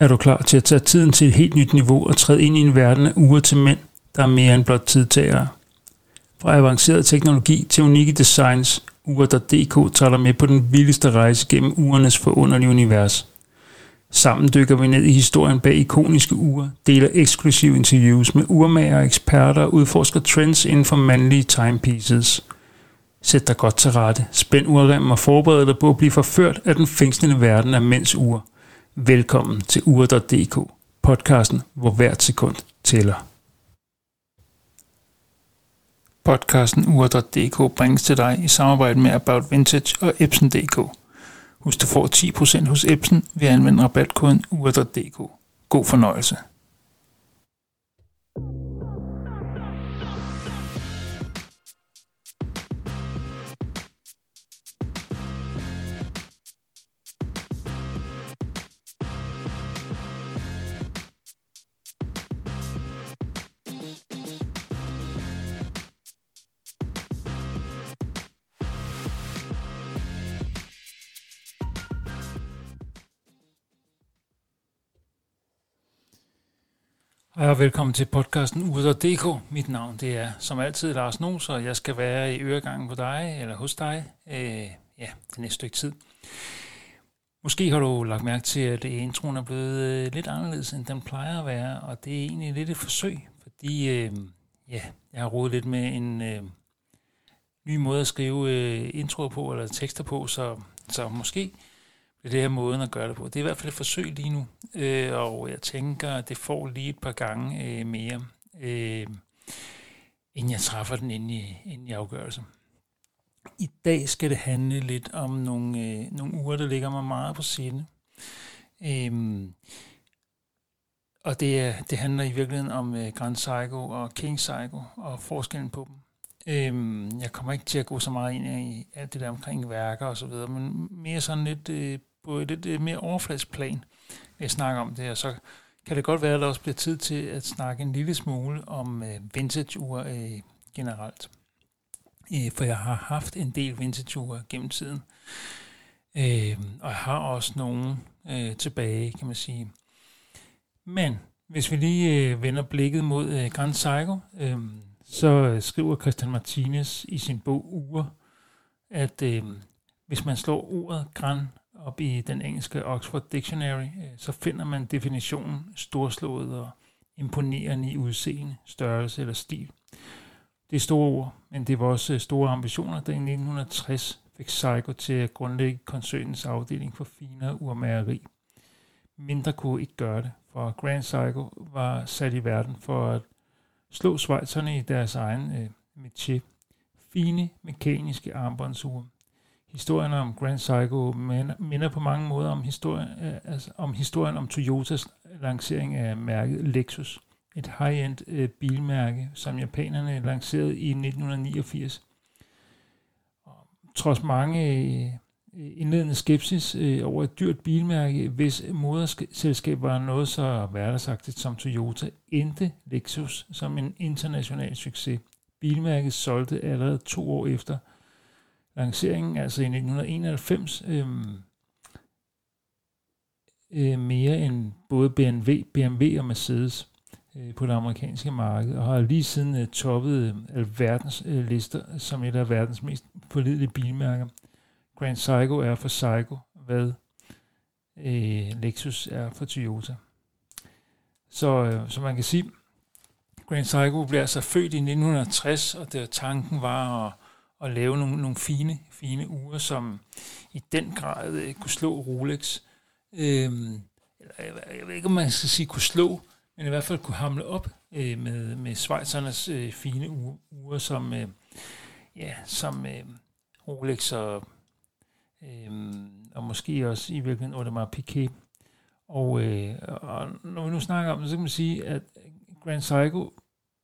Er du klar til at tage tiden til et helt nyt niveau og træde ind i en verden af ure til mænd, der er mere end blot tidtagere? Fra avanceret teknologi til unikke designs, Ure.dk tager dig med på den vildeste rejse gennem urenes forunderlige univers. Sammen dykker vi ned i historien bag ikoniske ure, deler eksklusive interviews med urmager og eksperter og udforsker trends inden for mandlige timepieces. Sæt dig godt til rette, spænd urremmen og forbered dig på at blive forført af den fængslende verden af mænds ure. Velkommen til Ure.dk, podcasten, hvor hvert sekund tæller. Podcasten Ure.dk bringes til dig i samarbejde med About Vintage og Epson.dk. Husk, du får 10% hos Epson ved at anvende rabatkoden Ure.dk. God fornøjelse. Hej og velkommen til podcasten Ure.dk. Mit navn det er som altid Lars Nos, og jeg skal være i øregangen på dig eller hos dig det næste stykke tid. Måske har du lagt mærke til, at introen er blevet lidt anderledes, end den plejer at være, og det er egentlig lidt et forsøg, fordi jeg har rodet lidt med en ny måde at skrive introer på eller tekster på, så måske det er måden at gøre det på. Det er i hvert fald et forsøg lige nu, og jeg tænker, at det får lige et par gange mere, inden jeg træffer den endelige afgørelse. I dag skal det handle lidt om nogle uger, der ligger mig meget på sinde. Og det handler i virkeligheden om Grand Seiko og King Seiko og forskellen på dem. Jeg kommer ikke til at gå så meget ind i alt det der omkring værker og så videre, men mere sådan lidt på et lidt mere overfladisk plan, jeg snakker om det, og så kan det godt være, at der også bliver tid til at snakke en lille smule om vintage-ure generelt. For jeg har haft en del vintage-ure gennem tiden, og jeg har også nogle tilbage, kan man sige. Men hvis vi lige vender blikket mod Grand Seiko, så skriver Christian Martinez i sin bog Ure, at hvis man slår ordet Grand op i den engelske Oxford Dictionary, så finder man definitionen storslået og imponerende i udseende, størrelse eller stil. Det er store ord, men det var også store ambitioner, der i 1960 fik Seiko til at grundlægge koncernens afdeling for finere urmageri. Mindre kunne ikke gøre det, for Grand Seiko var sat i verden for at slå schweizerne i deres egen métier. Fine, mekaniske armbåndsure. Historien om Grand Seiko minder på mange måder om historien om Toyotas lancering af mærket Lexus, et high-end bilmærke, som japanerne lancerede i 1989. Trods mange indledende skepsis over et dyrt bilmærke, hvis moderselskab var noget så hverdagsagtigt som Toyota, endte Lexus som en international succes. Bilmærket solgte allerede 2 år efter lanceringen, altså i 1991, mere end både BMW og Mercedes på det amerikanske marked, og har lige siden toppet verdens lister som et af verdens mest pålidelige bilmærker. Grand Seiko er for Seiko, hvad Lexus er for Toyota. Så man kan sige, Grand Seiko blev altså født i 1960, og tanken var at lave nogle fine ure, som i den grad kunne slå Rolex. Jeg ved ikke, om man skal sige kunne slå, men i hvert fald kunne hamle op med schweizernes fine ure, som Rolex og måske også i virkeligheden Audemars Piguet. Og når vi nu snakker om det, så kan man sige, at Grand Seiko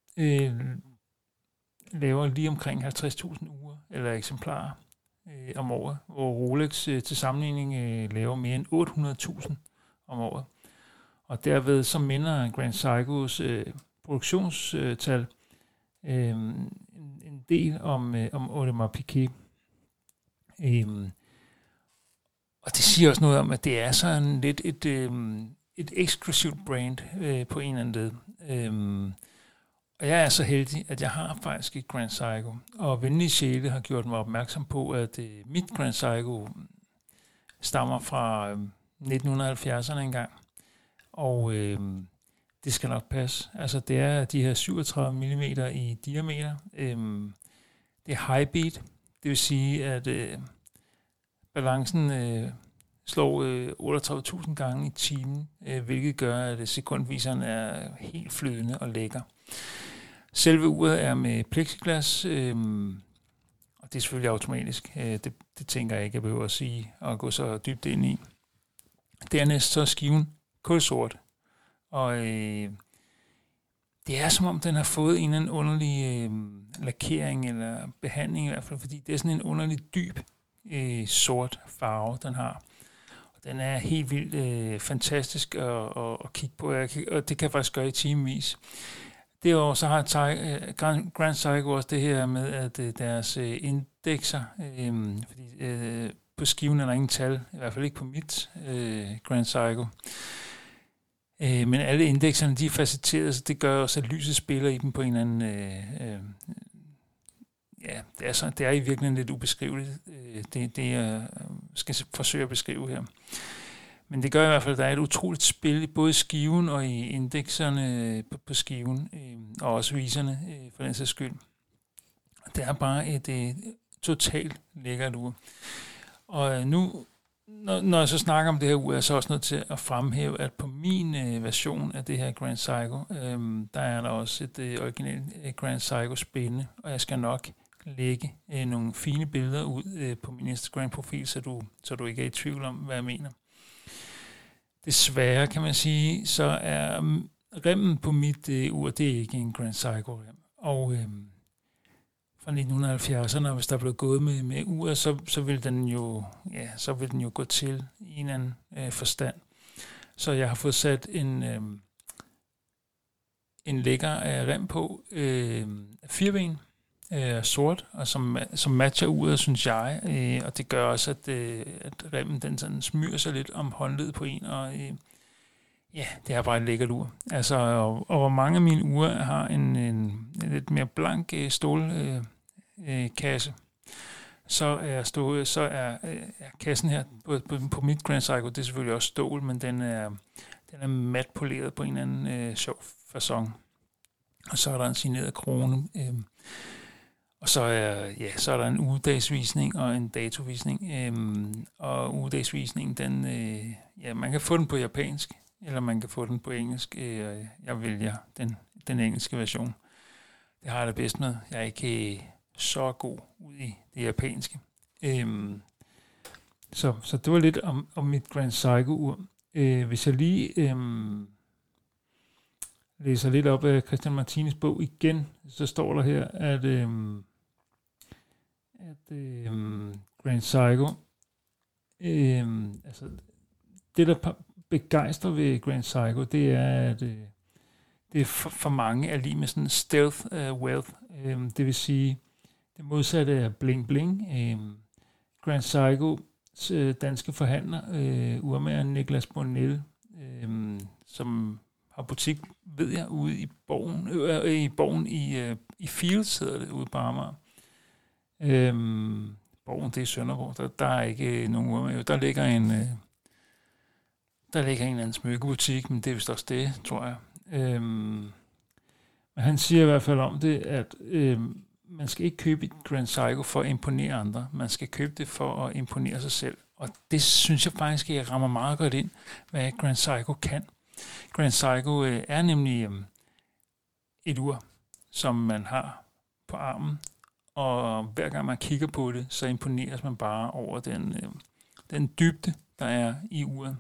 laver lige omkring 50.000 uger eller eksemplarer om året, hvor Rolex til sammenligning laver mere end 800.000 om året. Og derved så minder Grand Seikos produktionstal en del om Audemars Piguet. Og det siger også noget om, at det er sådan lidt et eksklusivt brand på en eller anden led. Og jeg er så heldig, at jeg har faktisk et Grand Seiko, og venlige sjæle har gjort mig opmærksom på, at mit Grand Seiko stammer fra 1970'erne engang, og det skal nok passe. Altså det er de her 37 mm i diameter. Det er high beat, det vil sige, at balancen slår 38.000 gange i timen, hvilket gør, at sekundviseren er helt flydende og lækker. Selve uret er med plexiglas, og det er selvfølgelig automatisk. Det tænker jeg ikke, jeg behøver at sige og gå så dybt ind i. Dernæst så er skiven kulsort, og det er som om den har fået en eller anden underlig lakering eller behandling i hvert fald, fordi det er sådan en underlig dyb sort farve, den har. Og den er helt vildt fantastisk at kigge på, og det kan jeg faktisk gøre i timevis. Derudover så har Grand Seiko også det her med, at deres indekser, fordi på skiven er der ingen tal, i hvert fald ikke på mit Grand Seiko. Men alle indekserne, de er facetterede, så det gør også, at lyset spiller i dem på en eller anden... det er i virkeligheden lidt ubeskriveligt, det jeg skal forsøge at beskrive her. Men det gør i hvert fald, at der er et utroligt spil, både i skiven og i indekserne på skiven, og også viserne, for den sags skyld. Det er bare et totalt lækkert ur. Og nu, når jeg så snakker om det her ur, er jeg så også nødt til at fremhæve, at på min version af det her Grand Seiko, der er der også et originalt Grand Seiko spænde, og jeg skal nok lægge nogle fine billeder ud på min Instagram-profil, så du ikke er i tvivl om, hvad jeg mener. Desværre kan man sige, så er remmen på mit ur, det er ikke en Grand Seiko-rem. Og fra 1970'erne, hvis der blev gået med uret, så vil den jo gå til i en anden forstand. Så jeg har fået sat en lækker rem på, 4-ben, sort, og som matcher uret, synes jeg, og det gør også, at remmen den sådan smyger sig lidt om håndledet på en, og det er bare et lækkert ur. Altså, og hvor mange af mine ure har en lidt mere blank stålkasse, så er kassen her på mit Grand Seiko, det er selvfølgelig også stål, men den er mat poleret på en eller anden sjov facon. Og så er der en signeret krone, og så er der en ugedagsvisning og en datovisning. Og ugedagsvisningen, man kan få den på japansk, eller man kan få den på engelsk. Jeg vælger den engelske version. Det har jeg det bedst med. Jeg er ikke så god ud i det japanske. Så det var lidt om mit Grand Seiko-ur. Hvis jeg lige læser lidt op af Christian Martines bog igen, så står der her, at Grand Seiko, altså det der begejstrer ved Grand Seiko, det er, at det for mange er lige med sådan stealth wealth, det vil sige, det modsatte er bling bling. Grand Seiko danske forhandler, urmageren Niklas Bornell, som har butik, ved jeg, ude i Borgen i Fields, hedder det, ude på Amager. Borgen, det er Sønderborg. Der er ikke nogen urmager. Der ligger en eller anden smykkebutik, men det er vist også det, tror jeg. Men han siger i hvert fald om det, at man skal ikke købe et Grand Seiko for at imponere andre. Man skal købe det for at imponere sig selv. Og det synes jeg faktisk, jeg rammer meget godt ind, hvad Grand Seiko kan. Grand Seiko er nemlig et ur, som man har på armen, og hver gang man kigger på det, så imponeres man bare over den dybde, der er i uret.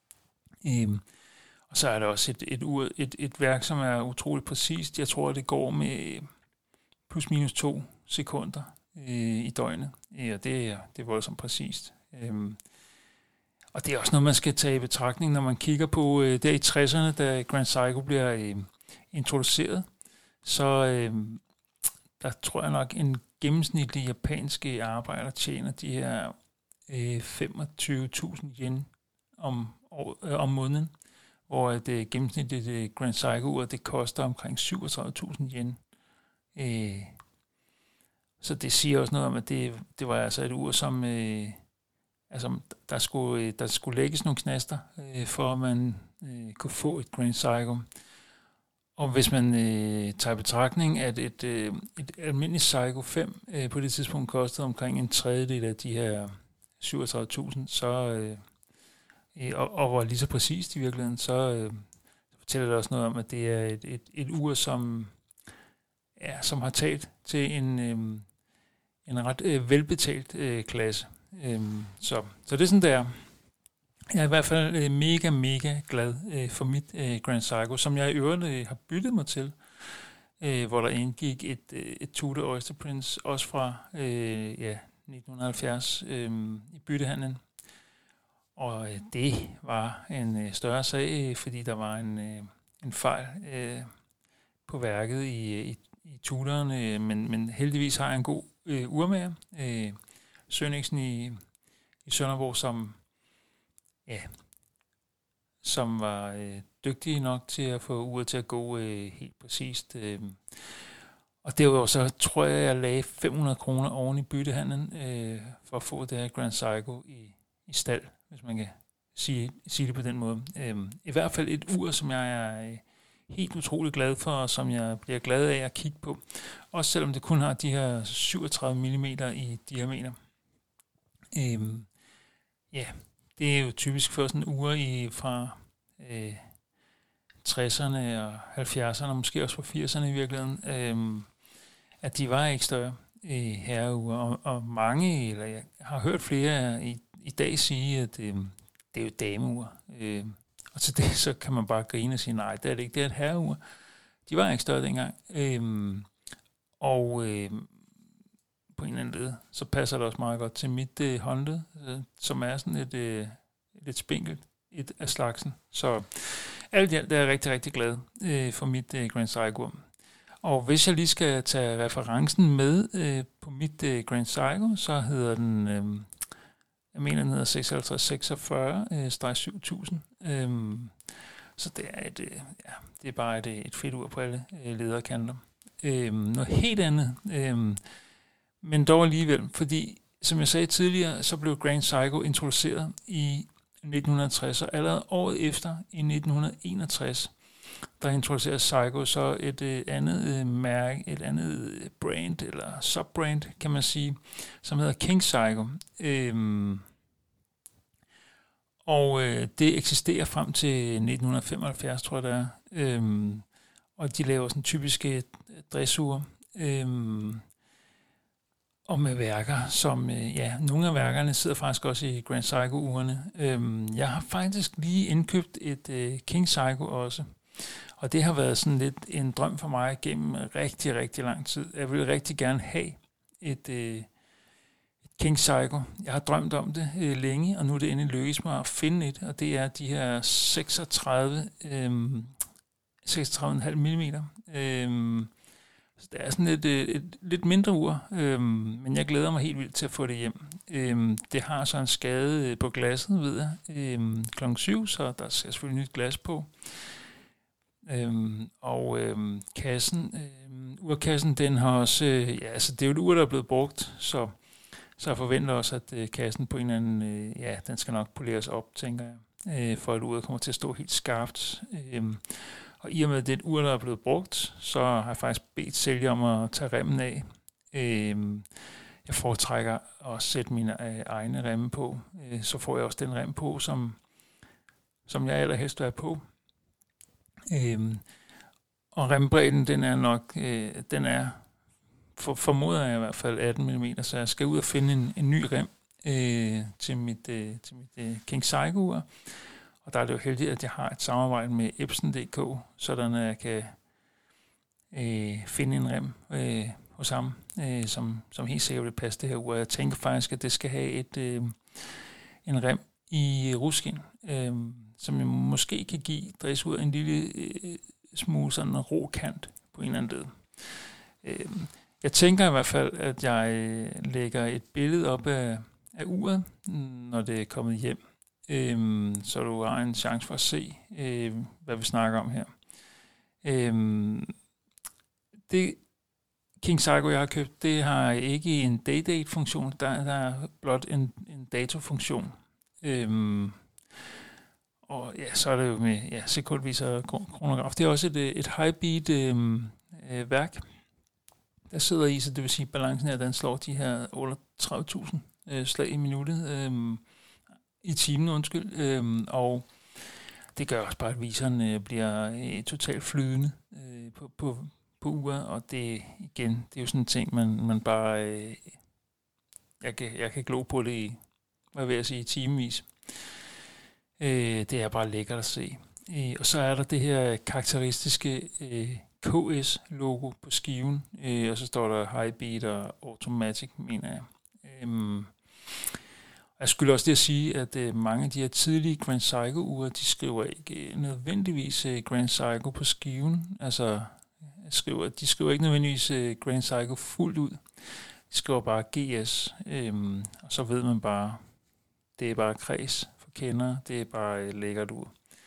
Og så er der også et værk, som er utroligt præcist. Jeg tror, det går med plus minus 2 sekunder i døgnet, og det er voldsomt præcist. Og det er også noget, man skal tage i betragtning, når man kigger på der i 60'erne, da Grand Seiko bliver introduceret. Så der tror jeg nok, en gennemsnitlig japanske arbejder tjener de her 25.000 yen om måneden, hvor et gennemsnitligt Grand Seiko-ur, det koster omkring 37.000 yen. Så det siger også noget om, at det var altså et ur, som altså, der skulle lægges nogle knaster, for at man kunne få et Grand Seiko. Og hvis man tager i betragtning, at et almindeligt Seiko 5 på det tidspunkt kostede omkring en tredjedel af de her 37.000, så og var lige så præcist i virkeligheden, så fortæller det også noget om, at det er et ur, som har talt til en ret velbetalt klasse. Så det er sådan, der. Jeg er i hvert fald mega glad for mit Grand Seiko, som jeg i øvrigt har byttet mig til, hvor der indgik et Tudor Oyster Prince, også fra 1970 i byttehandlen. Og det var en større sag, fordi der var en fejl på værket i Tudoren, men heldigvis har jeg en god urmager, Sønningsen i Sønderborg, som var dygtig nok til at få uret til at gå helt præcist. Og derudover så tror jeg lagde 500 kroner oven i byttehandlen for at få det her Grand Seiko i stald, hvis man kan sige det på den måde. I hvert fald et ur, som jeg er helt utrolig glad for, og som jeg bliver glad af at kigge på. Også selvom det kun har de her 37 mm i diameter. Det er jo typisk for sådan en ur fra 60'erne og 70'erne, og måske også fra 80'erne i virkeligheden, at de var ikke større herreure. Og mange, eller jeg har hørt flere i dag sige, at det er jo dameur. Og til det så kan man bare grine og sige, nej, det er det ikke, det er et herreure. De var ikke større dengang. På en eller anden led, så passer det også meget godt til mit håndled, som er sådan lidt spinkelt, et af slagsen. Så alt i alt er jeg rigtig glad for mit Grand Seiko. Og hvis jeg lige skal tage referencen med på mit Grand Seiko, så hedder den, jeg mener den hedder 5646-7000. Så det er det er bare et fedt ur på alle lederkanter. Noget helt andet, men dog alligevel, fordi som jeg sagde tidligere, så blev Grand Seiko introduceret i 1960, og allerede året efter, i 1961, der introducerede Seiko så et andet mærke, et andet brand, eller subbrand, kan man sige, som hedder King Seiko. Det eksisterer frem til 1975, tror jeg det er. Og de laver sådan typiske dressure. Og med værker, som, nogle af værkerne sidder faktisk også i Grand Seiko-urene. Jeg har faktisk lige indkøbt et King Seiko også. Og det har været sådan lidt en drøm for mig gennem rigtig lang tid. Jeg vil rigtig gerne have et King Seiko. Jeg har drømt om det længe, og nu er det endelig lykkes mig at finde et, og det er de her 36,5 mm. Så det er sådan et lidt mindre ur, men jeg glæder mig helt vildt til at få det hjem. Det har så en skade på glasset, ved jeg, klokken 7, så der skal selvfølgelig nyt glas på. Kassen, urkassen, den har også, altså det er jo et ur, der er blevet brugt, så jeg forventer også, at kassen på en eller anden, den skal nok poleres op, tænker jeg, for at uret kommer til at stå helt skarpt. Og i og med, at det er et ur, der er blevet brugt, så har jeg faktisk bedt sælger om at tage remmen af. Jeg foretrækker at sætte mine egne remme på, så får jeg også den rem på, som jeg allerhelst vil have på. Og rembredden, den er nok, formoder jeg i hvert fald 18 mm, så jeg skal ud og finde en ny rem til mit King Seiko-ur. Og der er det jo heldigt, at jeg har et samarbejde med Epson.dk, sådan at jeg kan finde en rem hos ham, som helt sikkert vil passe det her ur. Jeg tænker faktisk, at det skal have en rem i ruskin, som jeg måske kan give dressuret en lille smule sådan rå kant på en eller anden led. Jeg tænker i hvert fald, at jeg lægger et billede op af uret, når det er kommet hjem. så du har en chance for at se, hvad vi snakker om her. Det King Saigo, jeg har købt, det har ikke en day-date-funktion, der er blot en dato-funktion. Og ja, så er det jo med sekundvis og kronograf. Det er også et high-beat værk, der sidder i, så det vil sige, at balancen her, den slår de her 38.000 slag i minuttet, i timen, og det gør også bare, at viseren bliver totalt flydende på uret, og det igen, det er jo sådan en ting, man bare, jeg kan glo på det i, hvad vil jeg sige, timevis. Det er bare lækkert at se. Og så er der det her karakteristiske KS-logo på skiven, og så står der High Beat og Automatic, mener jeg. Jeg skulle også lige at sige, at mange af de her tidlige Grand Seiko-ure, de skriver ikke nødvendigvis Grand Seiko på skiven. Altså, de skriver ikke nødvendigvis Grand Seiko fuldt ud. De skriver bare GS, og så ved man bare, det er bare kreds for kendere, det er bare lækkert ur.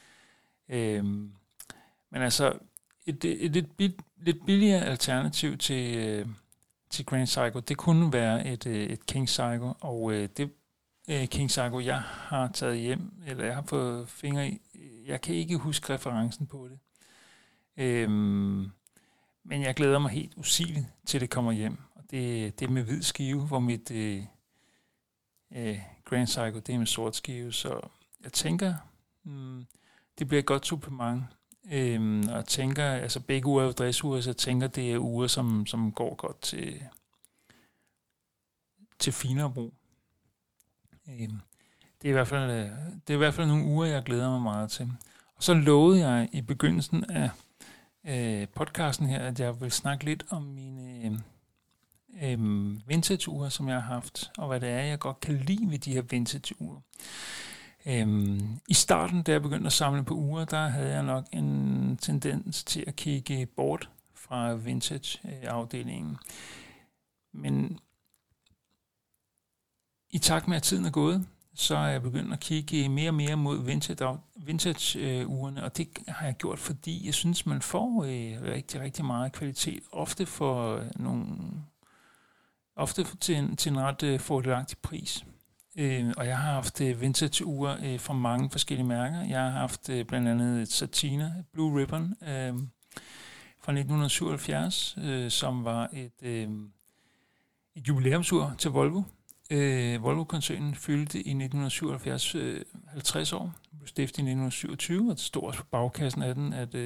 Men altså, et lidt billigere alternativ til Grand Seiko, det kunne være et King Seiko, og det King Seiko, jeg har taget hjem, eller jeg har fået fingre i, jeg kan ikke huske referencen på det. Men jeg glæder mig helt usigeligt til det kommer hjem. Og det er med hvid skive, hvor mit Grand Seiko, det er med sort skive. Så jeg tænker, det bliver et godt supplement. Og jeg tænker, altså begge uger er jo dressure, så jeg tænker, det er uger, som går godt til finere brug. Det er i hvert fald nogle uger, jeg glæder mig meget til. Og så lovede jeg i begyndelsen af podcasten her, at jeg vil snakke lidt om mine vintage-ure, som jeg har haft, og hvad det er, jeg godt kan lide ved de her vintage-ure. I starten, da jeg begyndte at samle på ure, der havde jeg nok en tendens til at kigge bort fra vintage-afdelingen. Men i takt med, at tiden er gået, så er jeg begyndt at kigge mere og mere mod vintage-urene, og det har jeg gjort, fordi jeg synes, man får rigtig, rigtig meget kvalitet. Ofte til en ret fordelagtig pris. Og jeg har haft vintage-ure fra mange forskellige mærker. Jeg har haft blandt andet et Satina Blue Ribbon fra 1977, som var et jubilæumsur til Volvo. Volvo-koncernen fyldte i 1977 50 år. Den blev stiftet i 1927, og det stod også på bagkassen af den, at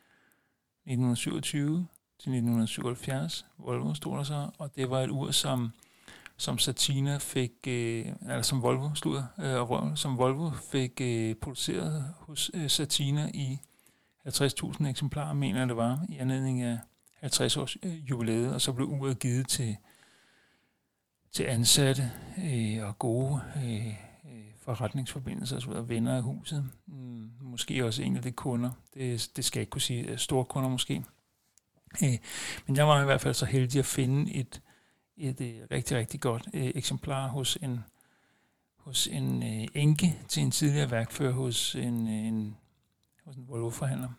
1927 til 1977, Volvo stod der så, og det var et ur, som Satina fik, som Volvo fik produceret hos Satina i 50.000 eksemplarer, mener det var, i anledning af 50 års jubilæet, og så blev uret givet til ansatte og gode forretningsforbindelser, altså venner af huset. Måske også en af de kunder. Det skal jeg ikke kunne sige. Store kunder måske. Men jeg var i hvert fald så heldig at finde et rigtig, rigtig godt eksemplar hos en enke til en tidligere værkfører hos en Volvo-forhandler.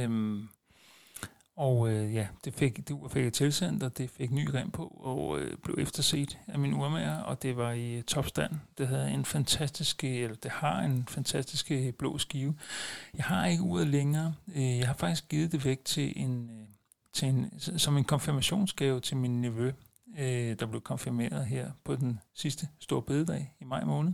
Det fik jeg tilsendt, og det fik ny rem på, og blev efterset af min urmager, og det var i topstand. Det har en fantastisk blå skive. Jeg har ikke uret længere. Jeg har faktisk givet det væk som en konfirmationsgave til min nevø, der blev konfirmeret her på den sidste store bededag i maj måned.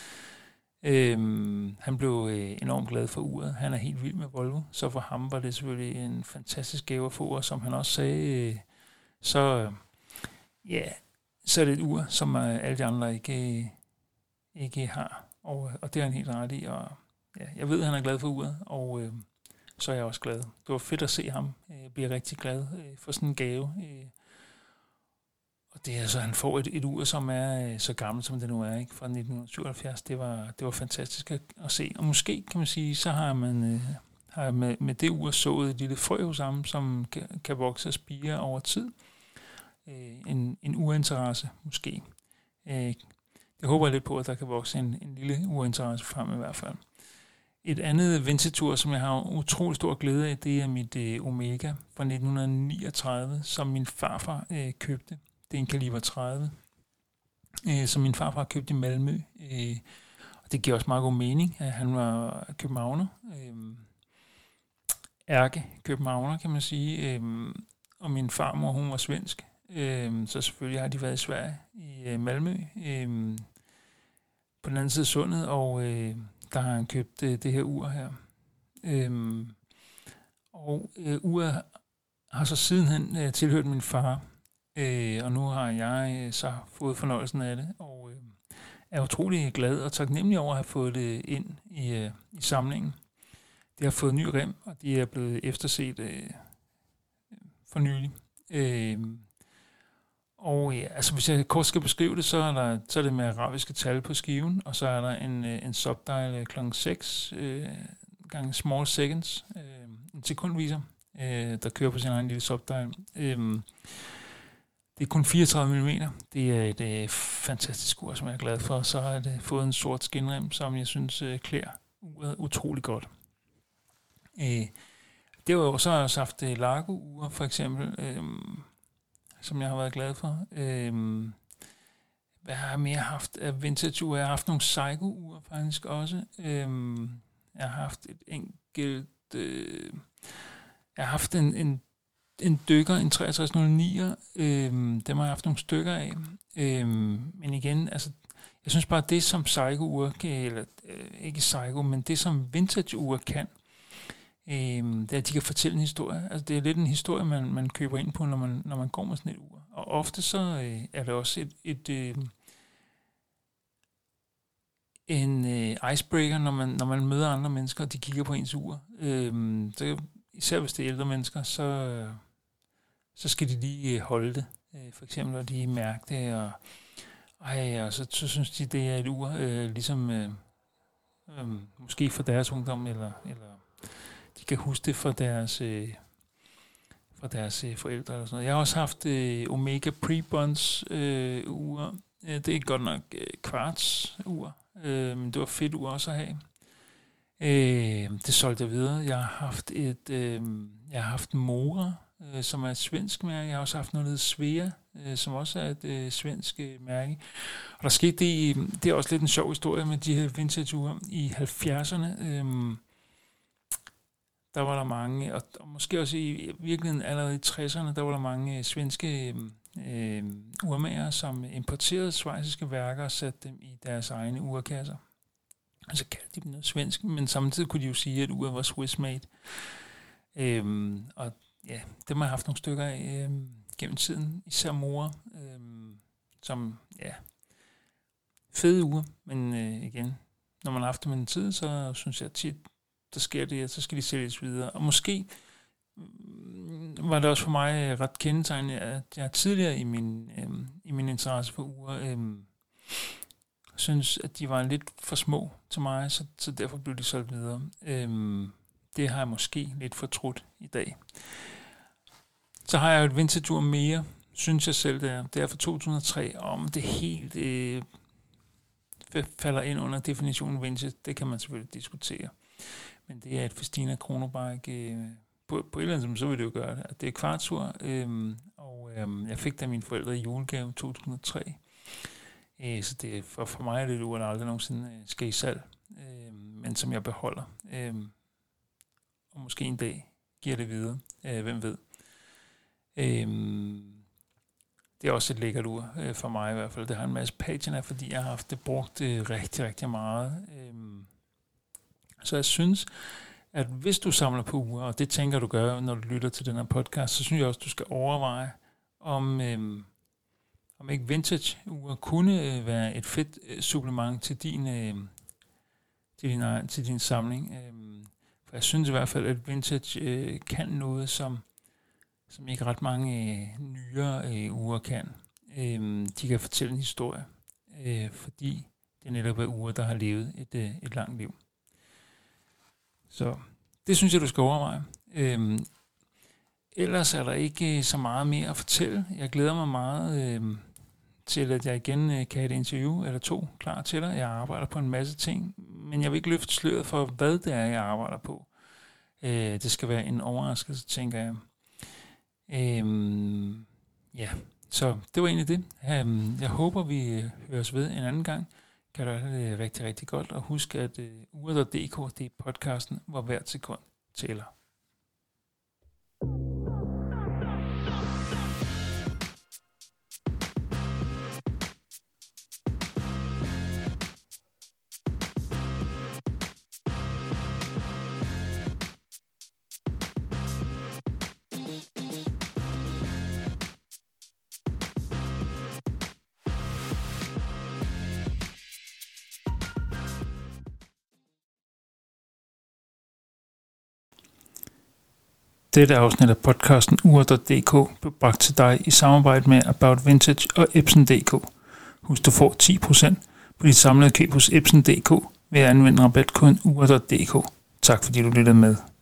Han blev enormt glad for uret. Han er helt vild med Volvo, så for ham var det selvfølgelig en fantastisk gave at få, og som han også sagde, så er det et ur, som alle de andre ikke har, og det er han helt ret i, og ja, jeg ved, at han er glad for uret, og så er jeg også glad. Det var fedt at se ham blive rigtig glad for sådan en gave. Og det er altså, han får et ur, som er så gammelt, som det nu er, ikke? Fra 1977. Det var fantastisk at se. Og måske, kan man sige, så har jeg med det ur sået et lille frø hos ham, som kan vokse og spire over tid. En urinteresse, måske. det håber jeg lidt på, at der kan vokse en lille urinteresse frem i hvert fald. Et andet vintage-ur, som jeg har utrolig stor glæde af, det er mit Omega fra 1939, som min farfar købte. Det er en kaliber 30, som min farfar købte i Malmø. Og det giver også meget god mening, at han var københavner. Københavner, kan man sige. Og min farmor, hun var svensk. Så selvfølgelig har de været i Sverige, i Malmø. På den anden side af sundet, og der har han købt det her ur her. Uret har så sidenhen tilhørt min far, og nu har jeg så fået fornøjelsen af det, og er utrolig glad og taknemmelig over at have fået det ind i samlingen. Det har fået ny rem, og de er blevet efterset for nylig. Og ja, altså hvis jeg kort skal beskrive det, så er det med arabiske tal på skiven, og så er der en subdial kl. 6 gange small seconds, en sekundviser, der kører på sin egen lille subdial. Det er kun 34 mm. Det er et fantastisk ur, som jeg er glad for. Så har det fået en sort skinrem, som jeg synes klæder uret utrolig godt. Derudover så har jeg også haft Largo-ure, for eksempel, som jeg har været glad for. Hvad har jeg mere haft af vintage-ure? Jeg har haft nogle Seiko-ure faktisk også. Jeg har haft et enkelt... jeg har haft en dykker, en 6309'er. Dem har jeg haft nogle stykker af. Men igen, altså, jeg synes bare, det som Seiko-ure kan, eller ikke Seiko, men det som vintage-ure kan, det er, at de kan fortælle en historie. Altså, det er lidt en historie, man køber ind på, når man går med sådan et ur. Og ofte så er det også en icebreaker, når man møder andre mennesker, og de kigger på ens ur. Så, især hvis det er ældre mennesker, så skal de lige holde det. For eksempel, og de mærke det, og så synes de, det er et ur, ligesom måske for deres ungdom, eller de kan huske det fra deres forældre eller sådan noget. Jeg har også haft Omega Pre-Bonds ur. Det er godt nok kvarts ur, men det var fedt ur også at have. Det solgte jeg videre. Jeg har haft Mora, som er et svensk mærke. Jeg har også haft noget, der hedder Svea, som også er et svensk mærke. Og der skete det er også lidt en sjov historie med de her vintage-ure. I 70'erne, der var der mange, og måske også i virkeligheden allerede i 60'erne, der var der mange svenske urmager, som importerede schweiziske værker og satte dem i deres egne urkasser. Og så kaldte de dem noget svensk, men samtidig kunne de jo sige, at uret var Swiss made. Og ja, dem har jeg haft nogle stykker af gennem tiden, især Mora, som, ja, fede ure, men igen, når man har haft dem en tid, så synes jeg tit, der sker det, at så skal de sælges videre. Og måske var det også for mig ret kendetegnende, at jeg tidligere i min interesse for ure, synes, at de var lidt for små til mig, så derfor blev de solgt videre. Det har jeg måske lidt fortrudt i dag. Så har jeg et vintage-ur mere, synes jeg selv, det er fra 2003, om det helt falder ind under definitionen vintage, det kan man selvfølgelig diskutere. Men det er et Festina Chronobike, på et eller andet, så vil det jo gøre det. Det er kvartsur, og jeg fik det af mine forældre i julegave 2003. Så det er for mig er det et ur, der aldrig nogensinde skal i salg, men som jeg beholder. Og måske en dag giver det videre. Hvem ved. Det er også et lækkert ur for mig i hvert fald. Det har en masse patina, fordi jeg har haft det brugt rigtig, rigtig meget. Så jeg synes, at hvis du samler på ure, og det tænker du gør, når du lytter til den her podcast, så synes jeg også, du skal overveje, om ikke vintage-ure kunne være et fedt supplement til din samling. For jeg synes i hvert fald, at vintage kan noget, som ikke ret mange nyere ure kan. De kan fortælle en historie, fordi det netop er ure, der har levet et langt liv. Så det synes jeg, du skal overveje. Ellers er der ikke så meget mere at fortælle. Jeg glæder mig meget til, at jeg igen kan have et interview eller 2 klar til dig. Jeg arbejder på en masse ting, men jeg vil ikke løfte sløret for, hvad det er, jeg arbejder på. Det skal være en overraskelse, tænker jeg. Ja, så det var egentlig det. Jeg håber, vi høres ved en anden gang. Kan du have det rigtig, rigtig godt. Og husk, at Ure.dk, det er podcasten, hvor hvert sekund tæller. Dette afsnit af podcasten Ure.dk blev bragt til dig i samarbejde med About Vintage og Epson.dk. Husk, du får 10% på dit samlede køb hos Epson.dk ved at anvende rabatkoden Ure.dk. Tak fordi du lyttede med.